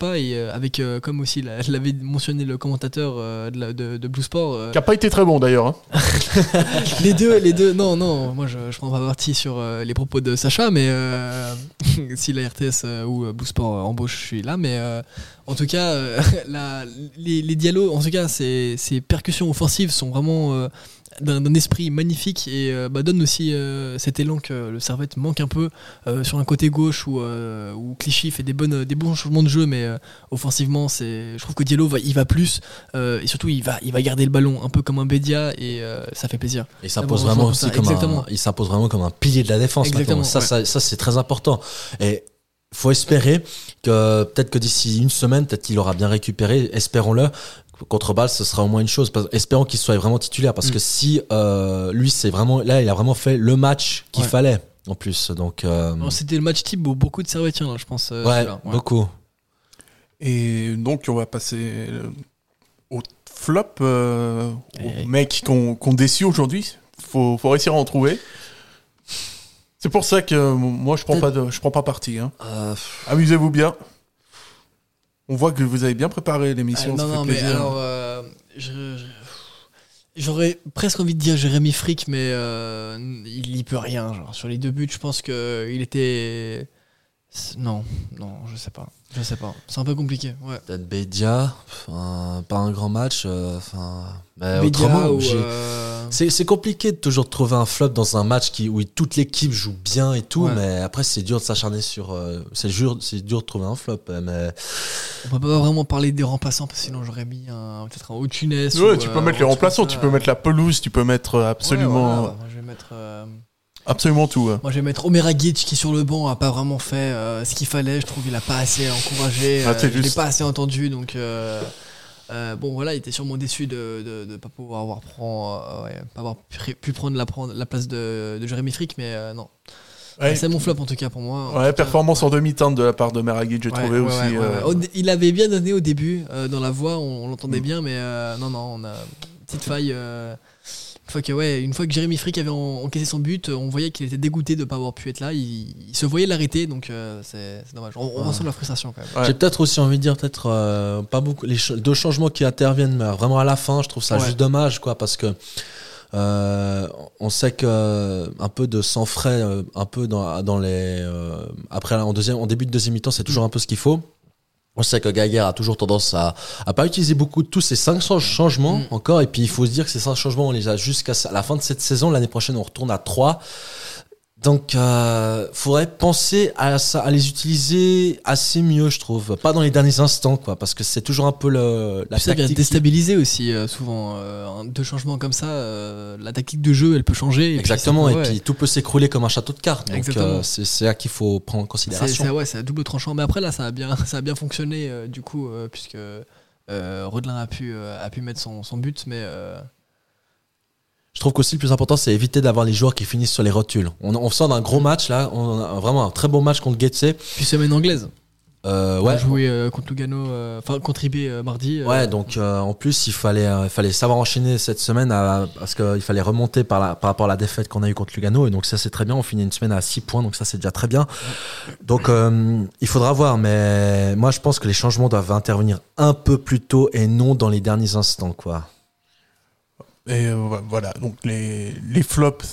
pas et avec comme aussi l'avait mentionné le commentateur de Blue Sport
qui a pas été très bon d'ailleurs hein.
les deux non moi je prends pas parti sur les propos de Sacha mais si la RTS ou Blue Sport embauche je suis là mais en tout cas les dialogues en tout cas ces percussions offensives sont vraiment d'un esprit magnifique et donne aussi cet élan que le Servette manque un peu sur un côté gauche où Clichy fait des bons changements de jeu mais offensivement je trouve que Diallo il va plus et surtout il va garder le ballon un peu comme un Bédia et ça fait plaisir
et il s'impose vraiment aussi comme un pilier de la défense. Ça c'est très important et faut espérer que peut-être que d'ici une semaine peut-être qu'il aura bien récupéré, espérons-le. Contre Bâle, ce sera au moins une chose. Espérons qu'il soit vraiment titulaire parce que si lui, c'est vraiment là, il a vraiment fait le match qu'il fallait en plus. Donc
c'était le match type pour beaucoup de Servettiens, là, je pense.
Beaucoup.
Et donc on va passer au flop, aux mecs qu'on déçu aujourd'hui. Faut réussir à en trouver. C'est pour ça que moi je prends pas parti. Hein. Amusez-vous bien. On voit que vous avez bien préparé l'émission.
Non, mais alors, j'aurais presque envie de dire Jérémy Frick, mais il y peut rien. Genre, sur les 2 buts, je pense qu'il était. Non, je sais pas. C'est un peu compliqué. Ouais.
Peut-être Bédia, pas un grand match.
Bédia
autrement, c'est compliqué de toujours trouver un flop dans un match où toute l'équipe joue bien et tout, mais après c'est dur de s'acharner sur. C'est dur de trouver un flop. Mais
on peut pas vraiment parler des remplaçants parce que sinon j'aurais mis peut-être un Autunes.
Ouais, tu peux mettre les remplaçants, tu peux mettre la pelouse, tu peux mettre absolument.
Moi, je vais mettre.
Absolument tout.
Moi je vais mettre Omer Agic qui sur le banc a pas vraiment fait ce qu'il fallait. Je trouve qu'il a pas assez encouragé. Je l'ai pas assez entendu donc. Bon voilà, il était sûrement déçu de pas pouvoir pu prendre la place de Jérémy Frick, mais non. Ouais. C'est mon flop en tout cas pour moi.
Ouais, performance en demi-temps de la part de Meragui, j'ai trouvé aussi.
Il avait bien donné au début dans la voix, on l'entendait bien, mais non, on a une petite faille. Une fois que Jérémy Frick avait encaissé son but, on voyait qu'il était dégoûté de ne pas avoir pu être là. Il se voyait l'arrêter, donc c'est dommage. On ressent la frustration quand même.
Ouais. J'ai peut-être aussi envie de dire pas beaucoup les 2 changements qui interviennent, mais vraiment à la fin, je trouve ça juste dommage, quoi, parce que on sait que un peu de sang frais, un peu dans les après en début de deuxième mi-temps, c'est toujours un peu ce qu'il faut. On sait que Gaguerre a toujours tendance à pas utiliser beaucoup de tous ces 5 changements encore, et puis il faut se dire que ces 5 changements on les a jusqu'à la fin de cette saison. L'année prochaine on retourne à 3. Donc faudrait penser à les utiliser assez mieux, je trouve, pas dans les derniers instants, quoi, parce que c'est toujours un peu la
tactique. Ça vient déstabiliser aussi souvent 2 changements comme ça, la tactique de jeu elle peut changer.
Exactement, et puis tout peut s'écrouler comme un château de cartes. Donc c'est ça qu'il faut prendre en considération.
C'est à double tranchant, mais après là ça a bien fonctionné du coup puisque Rodelin a pu mettre son but, mais
je trouve qu'aussi le plus important c'est éviter d'avoir les joueurs qui finissent sur les rotules. On sort d'un gros match là, on a vraiment un très bon match contre Getse.
Puis semaine anglaise.
On
a joué contre Lugano, contre IB mardi.
Ouais, donc en plus il fallait savoir enchaîner cette semaine parce qu'il fallait remonter par rapport à la défaite qu'on a eue contre Lugano, et donc ça c'est très bien. On finit une semaine à 6 points, donc ça c'est déjà très bien. Donc il faudra voir, mais moi je pense que les changements doivent intervenir un peu plus tôt et non dans les derniers instants, quoi.
Et voilà, donc les flops,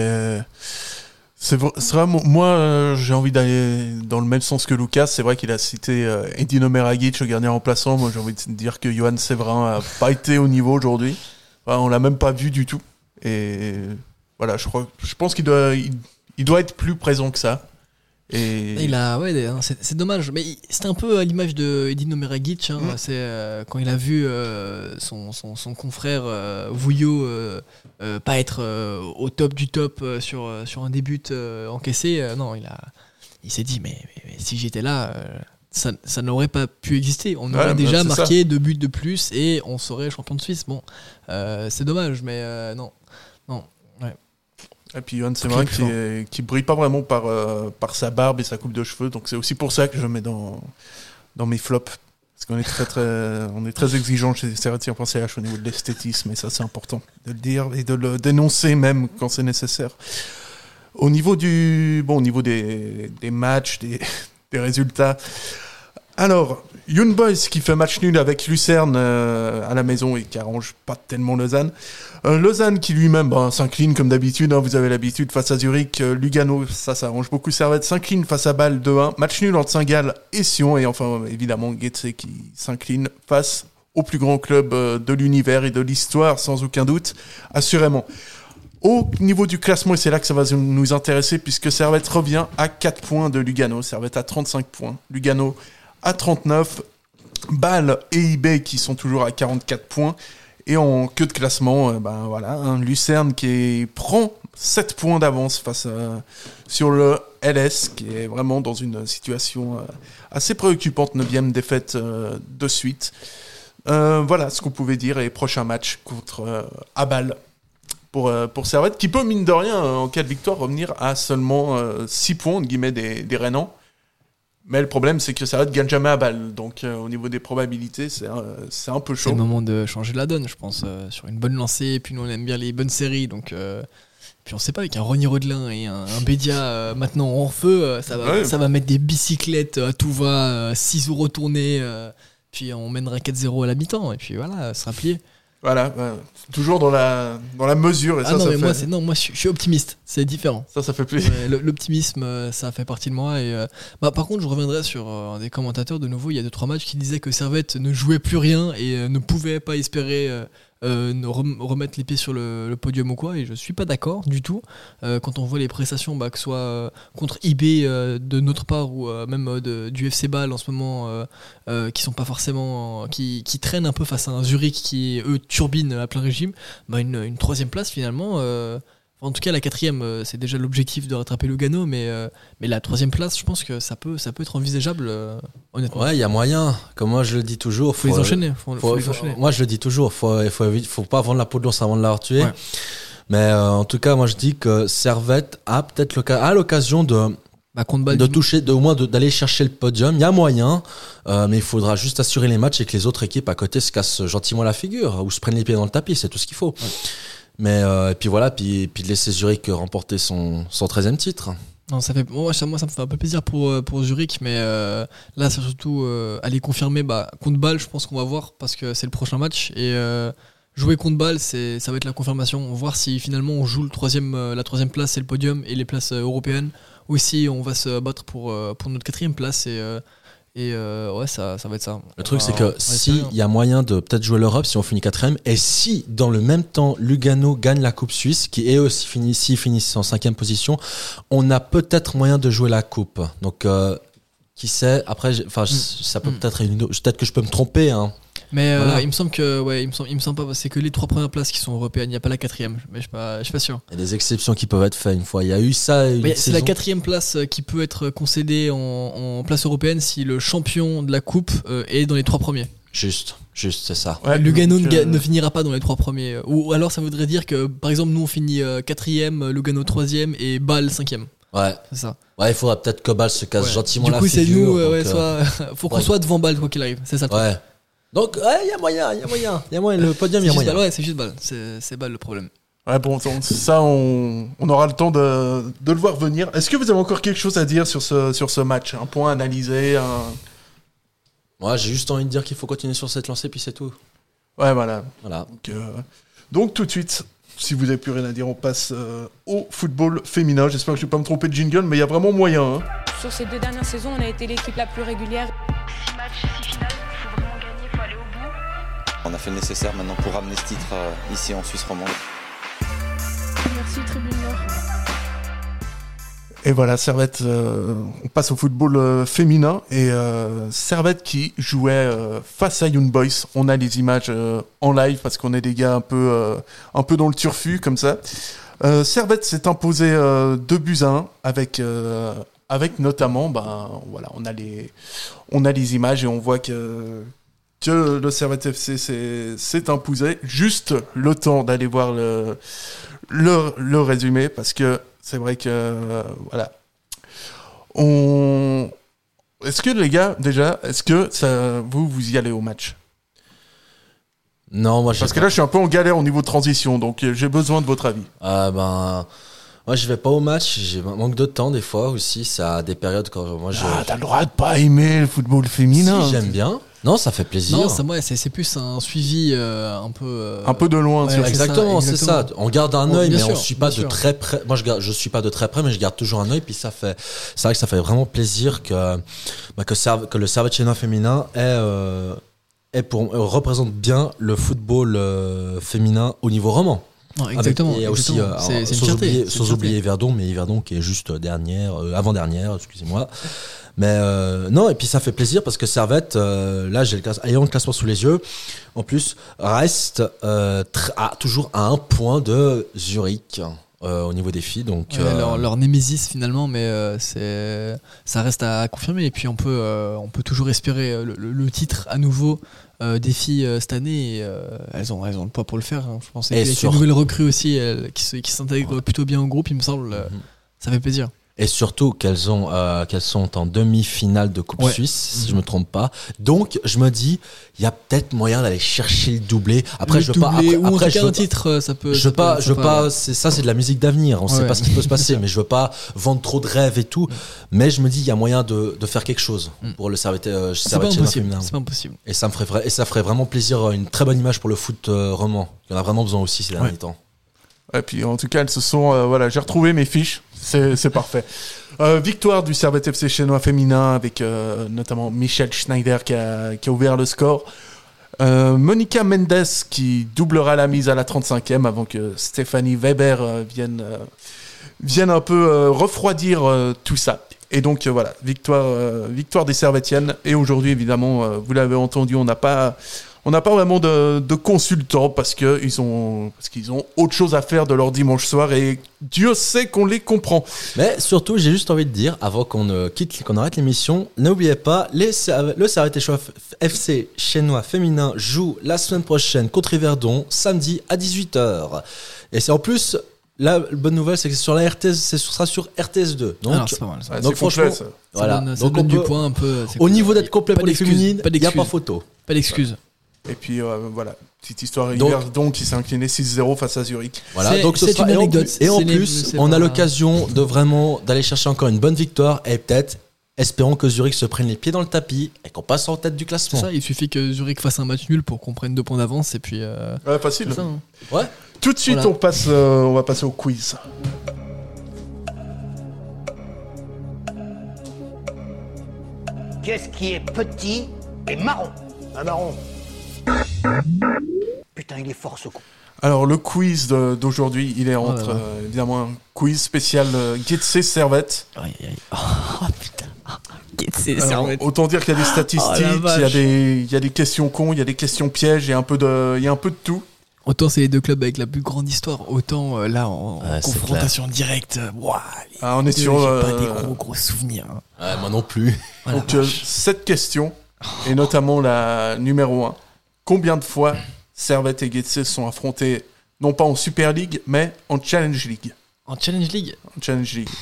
c'est vraiment, moi j'ai envie d'aller dans le même sens que Lucas. C'est vrai qu'il a cité Edino Meragic, le gardien remplaçant. Moi j'ai envie de dire que Johan Séverin a pas été au niveau aujourd'hui. Enfin, on l'a même pas vu du tout. Et voilà, je pense qu'il doit être plus présent que ça. Et
c'est dommage, mais c'est un peu à l'image de Edino Meragic. C'est quand il a vu son confrère Vouillot pas être au top du top sur un début encaissé. Non, il s'est dit mais si j'étais là, ça n'aurait pas pu exister. On aurait déjà marqué 2 buts de plus et on serait champion de Suisse. Bon, c'est dommage, mais non. Ouais.
Et puis Johan Séverin qui brille pas vraiment par sa barbe et sa coupe de cheveux, donc c'est aussi pour ça que je mets dans mes flops, parce qu'on est très exigeant chez Servette en CH au niveau de l'esthétisme, et ça c'est important de le dire et de le dénoncer même quand c'est nécessaire. Au niveau des matchs, des résultats, Alors, Young Boys qui fait match nul avec Lucerne à la maison et qui arrange pas tellement Lausanne. Lausanne qui lui-même s'incline comme d'habitude, vous avez l'habitude face à Zurich. Lugano, ça arrange beaucoup. Servette s'incline face à Bâle 2-1. Match nul entre Saint-Gall et Sion. Et enfin, évidemment, Getse qui s'incline face au plus grand club de l'univers et de l'histoire, sans aucun doute, assurément. Au niveau du classement, et c'est là que ça va nous intéresser, puisque Servette revient à 4 points de Lugano. Servette à 35 points. Lugano à 39. Bâle et eBay qui sont toujours à 44 points. Et en queue de classement, Lucerne qui prend 7 points d'avance sur le LS, qui est vraiment dans une situation assez préoccupante, 9e défaite de suite. Voilà ce qu'on pouvait dire. Et prochain match contre à Bâle pour Servette, qui peut, mine de rien, en cas de victoire, revenir à seulement 6 points, entre guillemets, des Rhénans. Mais le problème, c'est que Servette gagne jamais à Bâle. Donc, au niveau des probabilités, c'est un peu chaud.
C'est le moment de changer la donne, je pense, sur une bonne lancée. Et puis, nous, on aime bien les bonnes séries. Donc, puis, on sait pas, avec un Ronny Rodelin et un Bédia maintenant en feu, ça va mettre des bicyclettes à tout va, 6 ou retournés. Puis, on mènera 4-0 à la mi-temps. Et puis, voilà, ça sera plié.
Voilà, toujours dans la mesure. Et
moi, je suis optimiste, c'est différent.
Ça fait plaisir.
L'optimisme, ça fait partie de moi. Et, par contre, je reviendrai sur un des commentateurs de nouveau, il y a 2-3 matchs qui disaient que Servette ne jouait plus rien et ne pouvait pas espérer remettre les pieds sur le podium ou quoi. Et je suis pas d'accord du tout. Quand on voit les prestations, que ce soit contre IB de notre part ou même du FC Bâle en ce moment, qui sont pas forcément qui traînent un peu face à un Zurich qui eux turbine à plein régime, une 3e place finalement. En tout cas, la 4e, c'est déjà l'objectif de rattraper Lugano, mais la 3e place, je pense que ça peut être envisageable, honnêtement.
Ouais, il y a moyen. Comme moi, je le dis toujours.
Faut les enchaîner. Faut les enchaîner.
Moi, je le dis toujours. Faut pas vendre la peau de l'ours avant de l'avoir tué. Ouais. Mais en tout cas, moi, je dis que Servette a peut-être l'occasion de toucher, au moins d'aller chercher le podium. Il y a moyen, mais il faudra juste assurer les matchs et que les autres équipes à côté se cassent gentiment la figure ou se prennent les pieds dans le tapis. C'est tout ce qu'il faut. Ouais. Mais et puis voilà, puis de laisser Zurich remporter son 13e titre.
Non, moi, ça me fait un peu plaisir pour Zurich, mais là, c'est surtout aller confirmer contre Bâle, je pense qu'on va voir, parce que c'est le prochain match. Et jouer contre Bâle, ça va être la confirmation. On va voir si finalement on joue la 3e place, c'est le podium et les places européennes, ou si on va se battre pour notre 4e place. Et ça va être ça.
Le truc, c'est que s'il y a moyen de peut-être jouer l'Europe, si on finit 4e, et si dans le même temps Lugano gagne la Coupe Suisse, qui est aussi finissent en 5e position, on a peut-être moyen de jouer la Coupe. Donc, qui sait, après, ça peut peut-être que je peux me tromper, hein.
Mais voilà. Il me semble pas, c'est que les 3 premières places qui sont européennes, il n'y a pas la 4e, mais je suis pas sûr.
Il y a des exceptions qui peuvent être faites une fois. Il y a eu ça.
C'est la 4e place qui peut être concédée en place européenne si le champion de la coupe est dans les 3 premiers.
Juste, c'est ça.
Ouais, Lugano ne finira pas dans les 3 premiers. Ou alors ça voudrait dire que, par exemple, nous on finit 4e, Lugano 3e et Bâle 5e.
Ouais,
c'est ça.
Ouais, il faudra peut-être que Bâle se casse gentiment la figure.
Du coup, c'est nous, faut qu'on soit devant Bâle quoi qu'il arrive. C'est ça le truc.
Ouais. Donc, il y a moyen. Le podium, il y a moyen.
C'est juste Bâle. C'est Bâle le problème.
Ouais, bon, ça, on aura le temps de le voir venir. Est-ce que vous avez encore quelque chose à dire sur ce match ? Un point analysé
Moi, j'ai juste envie de dire qu'il faut continuer sur cette lancée, puis c'est tout.
Ouais, voilà.
Donc, tout de suite, si vous n'avez plus rien à dire, on passe au football féminin. J'espère que je ne vais pas me tromper de jingle, mais il y a vraiment moyen. Hein.
Sur ces 2 dernières saisons, on a été l'équipe la plus régulière.
6 matchs, 6 finales, il faut vraiment gagner, il faut aller au bout.
On a fait le nécessaire maintenant pour ramener ce titre ici en Suisse romande.
Merci Tribune Nord.
Et voilà, Servette, on passe au football féminin. Et Servette qui jouait face à Young Boys. On a les images en live parce qu'on est des gars un peu dans le turfu comme ça. Servette s'est imposé 2-1 avec notamment, on a les images et on voit que le Servette FC s'est imposé. Juste le temps d'aller voir le résumé parce que c'est vrai que voilà. Est-ce que les gars déjà, vous y allez au match ?
Non, moi
parce que là je suis un peu en galère au niveau de transition, donc j'ai besoin de votre avis.
Moi, je vais pas au match, j'ai manque de temps des fois aussi. Ça a des périodes quand moi je.
T'as le droit de pas aimer le football féminin.
Si, j'aime bien. Non, ça fait plaisir.
Non, c'est plus un suivi un peu.
Un peu de loin.
Ouais, exactement, c'est ça. On garde un œil, mais on suit pas de
sûr.
très près. Moi, je suis pas de très près, mais je garde toujours un œil. Puis c'est vrai que ça fait vraiment plaisir que le Servette Chenois féminin représente bien le football féminin au niveau roman.
Non, exactement.
Et aussi,
c'est une fierté.
sans oublier Yverdon, mais Yverdon qui est juste avant-dernière, excusez-moi. Mais non, et puis ça fait plaisir parce que Servette, là, ayant le classement sous les yeux, en plus, reste toujours à 1 point de Zurich. Au niveau des filles, donc
leur némésis finalement, mais ça reste à confirmer. Et puis on peut toujours espérer le titre à nouveau des filles cette année. Et, elles ont le poids pour le faire. Hein, je pense. Et les nouvelles recrues aussi, qui s'intègrent plutôt bien au groupe, il me semble. Ça fait plaisir.
Et surtout qu'elles sont en demi-finale de Coupe Suisse, si je me trompe pas. Donc je me dis, il y a peut-être moyen d'aller chercher le doublé. Après, je veux pas. Après,
un titre, ça peut.
Je veux pas. C'est de la musique d'avenir. On sait pas ce qui peut se passer, mais je veux pas vendre trop de rêves et tout. Mais je me dis, il y a moyen de faire quelque chose pour le Servette féminin.
C'est pas impossible.
Et ça ferait vraiment plaisir, une très bonne image pour le foot roman. Il y en a vraiment besoin aussi ces derniers temps.
Et puis en tout cas, elles se sont. J'ai retrouvé mes fiches. C'est parfait. Victoire du Servette FC Chenois féminin avec notamment Michel Schneider qui a ouvert le score. Monica Mendes qui doublera la mise à la 35e avant que Stéphanie Weber vienne un peu refroidir tout ça. Et donc voilà, victoire des Servettiennes. Et aujourd'hui, évidemment, vous l'avez entendu, on n'a pas vraiment de consultants parce qu'ils ont autre chose à faire de leur dimanche soir et Dieu sait qu'on les comprend.
Mais surtout, j'ai juste envie de dire, avant qu'on arrête l'émission, n'oubliez pas, le Servette FC Chenois féminin joue la semaine prochaine contre Yverdon, samedi à 18h. Et c'est en plus, la bonne nouvelle, c'est que sur la RTS, ce sera sur RTS2. Donc,
c'est pas mal, ça.
Donc franchement,
complet, ça.
voilà.
Ça donne du point un peu.
Au niveau d'être complet pour les féminines, il n'y a pas photo.
Pas d'excuses.
Et puis voilà, petite histoire Yverdon qui s'est incliné 6-0 face à Zurich.
Voilà, donc ce sera
une anecdote.
Et en plus, on a l'occasion d'aller chercher encore une bonne victoire et peut-être espérons que Zurich se prenne les pieds dans le tapis et qu'on passe en tête du classement.
C'est ça, il suffit que Zurich fasse un match nul pour qu'on prenne 2 points d'avance et puis.
Facile.
Ça, hein.
Ouais.
Tout de suite, on va passer au quiz.
Qu'est-ce qui est petit et marron? Un marron. Putain, il est fort ce coup.
Alors le quiz d'aujourd'hui, il est entre évidemment un quiz spécial Getse Servette.
Oh putain. Getse Servette.
Autant dire qu'il y a des statistiques, il y a des questions cons, il y a des questions pièges, il y a un peu de tout.
Autant c'est les deux clubs avec la plus grande histoire, autant là en confrontation directe.
On est sur
pas des gros souvenirs. Hein.
Moi non plus.
Donc 7 questions et notamment la numéro 1. Combien de fois Servette et Getse se sont affrontés, non pas en Super League, mais en Challenge League?
En Challenge League?
En Challenge League.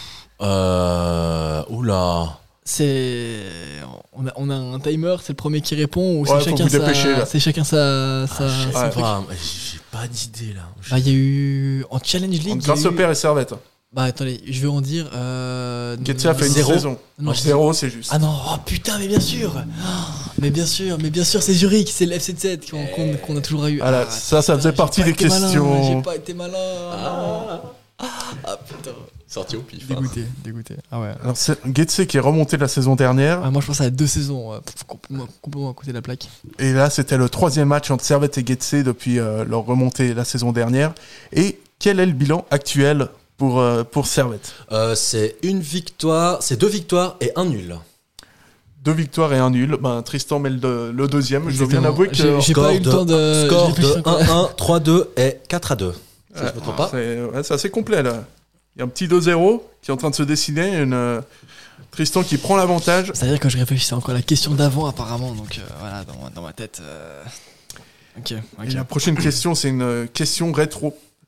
Oula.
On a un timer, c'est le premier qui répond ou c'est chacun sa truc.
J'ai pas d'idée là.
Il y a eu en Challenge League.
Entre Grasshopper et Servette.
Bah attendez, je vais en dire.
Getse a fait une saison. Non, 0, c'est juste.
Ah non, putain, mais bien sûr. Mais bien sûr, c'est Zurich, c'est le FC 7 qu'on a toujours eu.
Voilà, ça faisait partie des questions.
J'ai pas été malin. Putain.
Sorti au pif.
Dégoûté. Ah ouais.
Alors c'est Getse qui est remonté la saison dernière.
Moi je pense à 2 saisons, complètement à côté de la plaque.
Et là c'était le 3e match entre Servette et Getse depuis leur remontée la saison dernière. Et quel est le bilan actuel pour Servette?
C'est 2 victoires et 1 nul.
2 victoires et 1 nul. Tristan met le deuxième. Je dois bien avouer que
j'ai pas eu le temps de
score de 1-1, 3-2 et 4-2. Si je me trompe pas.
C'est assez complet là. Il y a un petit 2-0 qui est en train de se dessiner. Tristan qui prend l'avantage.
C'est-à-dire que je réfléchissais encore à la question d'avant apparemment. Donc voilà, dans ma tête. Ok.
Et la prochaine question, c'est une question rétro.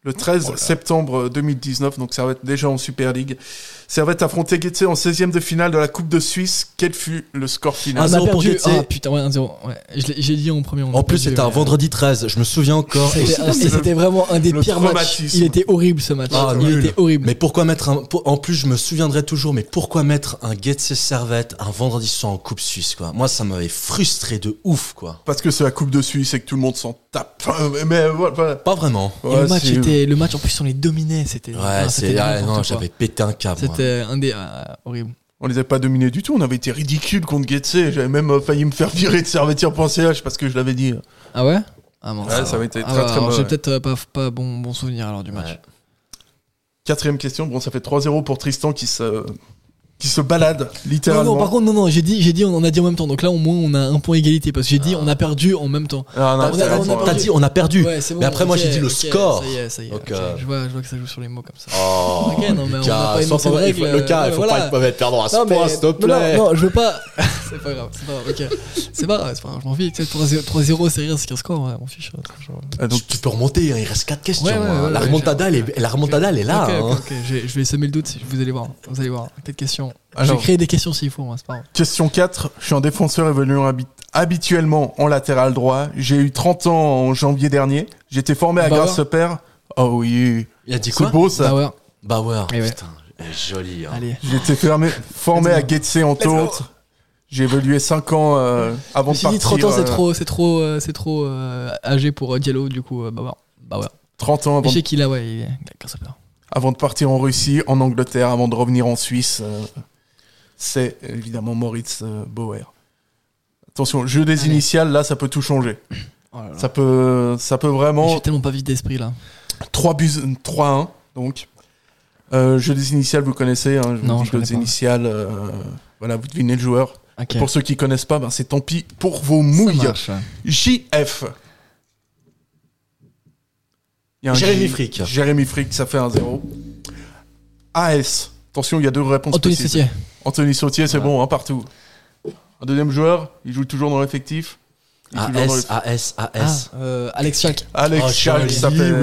le 13 septembre 2019, donc Servette déjà en Super League. Servette affrontait Getse en 16e de finale de la Coupe de Suisse. Quel fut le score final?
1-0 pour Getse.
Ah putain, ouais, 1-0. Ouais. J'ai dit en premier.
En plus, c'était un vendredi 13, je me souviens encore.
C'était vraiment un des pires matchs. Il était horrible ce match. Il était horrible.
Mais pourquoi mettre en plus, je me souviendrai toujours, mais pourquoi mettre un Getse Servette un vendredi soir en Coupe Suisse, quoi? Moi, ça m'avait frustré de ouf, quoi.
Parce que c'est la Coupe de Suisse et que tout le monde s'en tape. Mais voilà.
Pas vraiment.
Et le match, en plus, on les dominait. C'était.
Non, j'avais pété un câble.
C'était un des horrible.
On les avait pas dominés du tout, on avait été ridicules contre Getse. J'avais même failli me faire virer de Servetien.ch parce que je l'avais dit.
Ah ouais? Ah bon,
ça avait été très mauvais.
J'ai peut-être pas bon souvenir alors du match.
Ouais. Quatrième question, bon ça fait 3-0 pour Tristan qui se balade littéralement.
Non, par contre, non, j'ai dit, on a dit en même temps. Donc là, au moins, on a un point égalité parce que j'ai dit, on a perdu en même temps.
T'as dit, on a perdu.
Ouais, c'est bon,
mais après, moi, j'ai dit le score.
Ça y est.
Donc,
je vois que ça joue sur les mots comme ça.
Oh,
ok, non, mais on va pas énoncer de règles.
Le cas, il faut pas être perdant à ce point, s'il te plaît.
Non, je veux pas. C'est pas grave, ok. C'est pas grave, je m'en fiche. 3-0, c'est rien, c'est qu'un score, on fiche.
Donc, tu peux remonter, il reste 4 questions. La remontada, elle est là.
Ok, je vais semer le doute, vous allez voir. 4 questions. Je vais créer des questions s'il faut, c'est pas grave.
Question 4. Je suis un défenseur évoluant habituellement en latéral droit. J'ai eu 30 ans en janvier dernier. J'ai été formé à Grasshopper. Oh oui.
Il a dit quoi?
C'est beau ça.
Bauer. Putain, joli.
Allez.
J'ai été formé à Getse en Taute. J'ai évolué 5 ans avant de partir.
30 ans, c'est trop âgé pour Diallo, du coup, Bauer.
30 ans avant.
Je sais qu'il a Grasshopper.
Avant de partir en Russie, en Angleterre, avant de revenir en Suisse. C'est évidemment Moritz Bauer. Attention, jeu des initiales, là, ça peut tout changer.
Oh là là.
Ça peut vraiment...
J'ai tellement pas vite d'esprit, là.
3-1, donc. Jeu des initiales, vous connaissez. Hein, je vous dis d'autres initiales. Voilà, vous devinez le joueur.
Okay.
Pour ceux qui connaissent pas, c'est tant pis pour vos mouilles. JF.
Jérémy Frick.
Jérémy Frick, ça fait 1-0. AS. Attention, il y a 2 réponses possibles. Anthony Sautier, c'est bon, partout. Un deuxième joueur, il joue toujours dans l'effectif.
AS.
Alex Schalk.
Alex Schalk,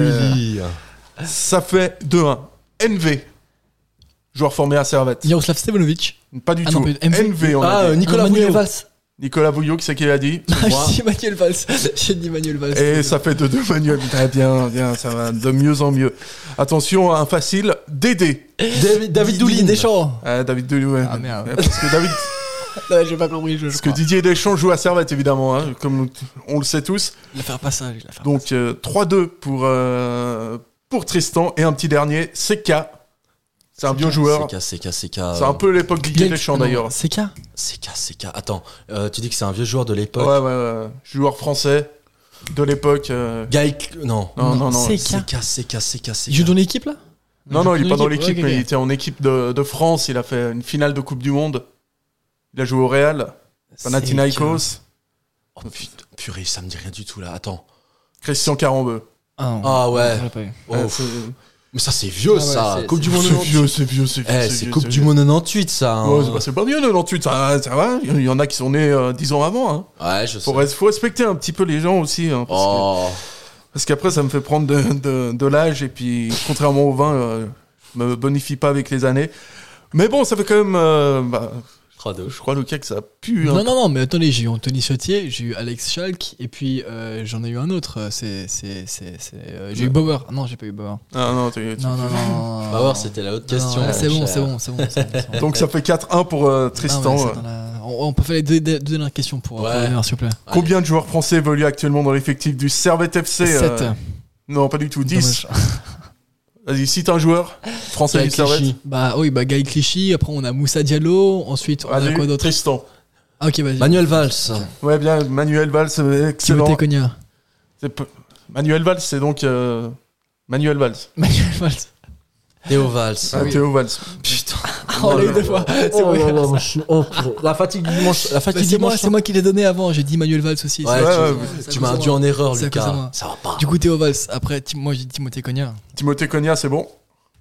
ça fait 2-1. NV. Joueur formé à Servette.
Jaroslav Stevanovic.
Pas du tout.
Non,
NV, on a dit.
Nicolas Vouillot.
Nicolas Vouillot, qui c'est qui l'a dit?
J'ai dit Manuel Valls. J'ai dit Manuel Valls.
Et ça fait 2-2 Manuel. Très bien, ça va de mieux en mieux. Attention, un facile. Dédé.
David Doulin. Deschamps.
David Doulin, ouais.
Ah merde.
Parce que David...
Non, j'ai pas compris.
Parce que Didier Deschamps joue à Servette, évidemment, hein, comme on le sait tous.
Il va faire passage.
Donc 3-2 pour Tristan. Et un petit dernier, CK. C'est un vieux joueur.
CK.
C'est un peu l'époque Didier Deschamps, d'ailleurs.
CK.
Attends, tu dis que c'est un vieux joueur de l'époque.
Ouais. Joueur français de l'époque.
Gaïk. Non.
CK. Il joue dans l'équipe, là?
Non, il est pas dans l'équipe, mais il était en équipe de France. Il a fait une finale de Coupe du Monde. Il a joué au Real, Panathinaikos.
Oh putain, purée, ça me dit rien du tout là. Attends.
Christian Carambeu.
Ah ouais. Mais ça c'est vieux ça. Coupe du Monde 98.
C'est vieux.
C'est Coupe du Monde 98 ça.
C'est pas vieux 98, ça va. Il y en a qui sont nés 10 ans avant. Hein.
Ouais, je sais.
Faut respecter un petit peu les gens aussi. Hein, parce qu'après ça me fait prendre de l'âge et puis contrairement au vin, je me bonifie pas avec les années. Mais bon, ça fait quand même... je crois, Lucas, que ça pue.
Non, mais attendez, j'ai eu Anthony Sautier, j'ai eu Alex Schalk, et puis j'en ai eu un autre. J'ai eu Bauer. Non, j'ai pas eu Bauer.
Non.
Bauer, c'était la autre question.
C'est bon.
Donc ça fait 4-1 pour Tristan.
On peut faire les deux dernières questions pour s'il vous plaît.
Combien de joueurs français évoluent actuellement dans l'effectif du Servette FC?
7.
Non, pas du tout. 10. Vas-y, cite un joueur français du Servette.
Gaël Clichy. Après, on a Moussa Diallo. Ensuite, on a quoi d'autre?
Tristan.
Ah, ok, vas-y.
Manuel Valls.
Ouais, bien. Manuel Valls, excellent.
Timothée Cogna.
Manuel Valls, c'est donc Manuel Valls.
Théo Valls.
Théo Valls.
Putain.
On l'a eu 2 fois.
La fatigue dimanche.
C'est moi qui l'ai donné avant. J'ai dit Manuel Valls aussi.
Tu m'as induit en erreur, Lucas. Ça va pas.
Du coup, Théo Valls. Après, moi, j'ai dit Timothée Cogna.
Timothée Cogna, c'est bon.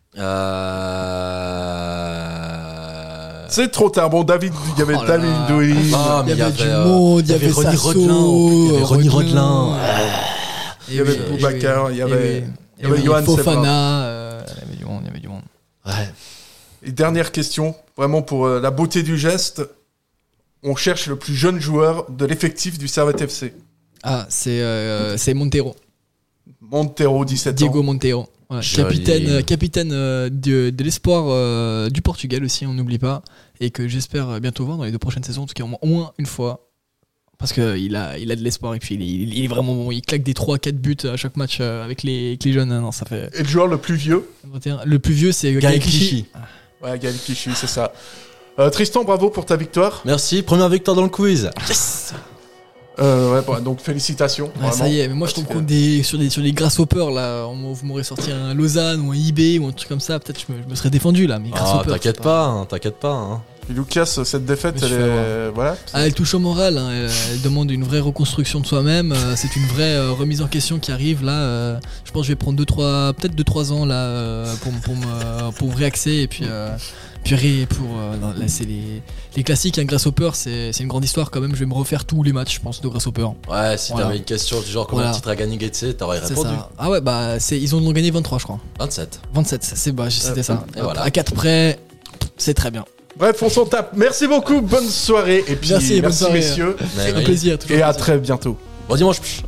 C'est trop tard. Bon, David, il y avait David Douilly.
Il y avait du monde. Il y avait
Ronny Rodelin.
Il y avait Boubacar. Il y avait...
Il y avait
Johan
Fofana, il y avait du monde.
Ouais.
Et dernière question, vraiment pour la beauté du geste, on cherche le plus jeune joueur de l'effectif du Servette FC.
Ah, c'est Montero.
Montero, 17
Diego
ans.
Montero. Ouais, capitaine de l'espoir du Portugal aussi, on n'oublie pas. Et que j'espère bientôt voir dans les 2 prochaines saisons, en tout cas au moins une fois. Parce qu'il a de l'espoir et puis il est vraiment bon. Il claque des 3-4 buts à chaque match avec les jeunes. Non, ça fait...
Et le joueur le plus vieux?
Le plus vieux, c'est Gaël Clichy.
Ouais, Gaël Clichy, c'est ça. Tristan, bravo pour ta victoire.
Merci, première victoire dans le quiz.
Yes.
Donc félicitations.
Ouais, ça y est, mais moi je tombe compte sur les grasshoppers là. Vous m'aurez sorti un Lausanne ou un IB ou un truc comme ça. Peut-être je me serais défendu là. Mais
t'inquiète pas. Hein.
Lucas, cette défaite,
elle touche au moral. Hein. Elle demande une vraie reconstruction de soi-même. C'est une vraie remise en question qui arrive là. Je pense que je vais prendre 2-3 ans là pour me réaxer et puis. Là c'est les classiques, un Grasshopper c'est une grande histoire quand même, je vais me refaire tous les matchs je pense de Grasshopper.
Ouais, si t'avais une question du genre combien de titres a gagné Getse, t'aurais répondu.
Ah ouais, ils en ont gagné 23 je crois.
27,
c'était ça.
Et voilà.
À 4 près, c'est très bien.
Bref, on s'en tape. Merci beaucoup, bonne soirée et puis merci
soirée,
messieurs.
C'est un plaisir.
Et à très bientôt.
Bon dimanche.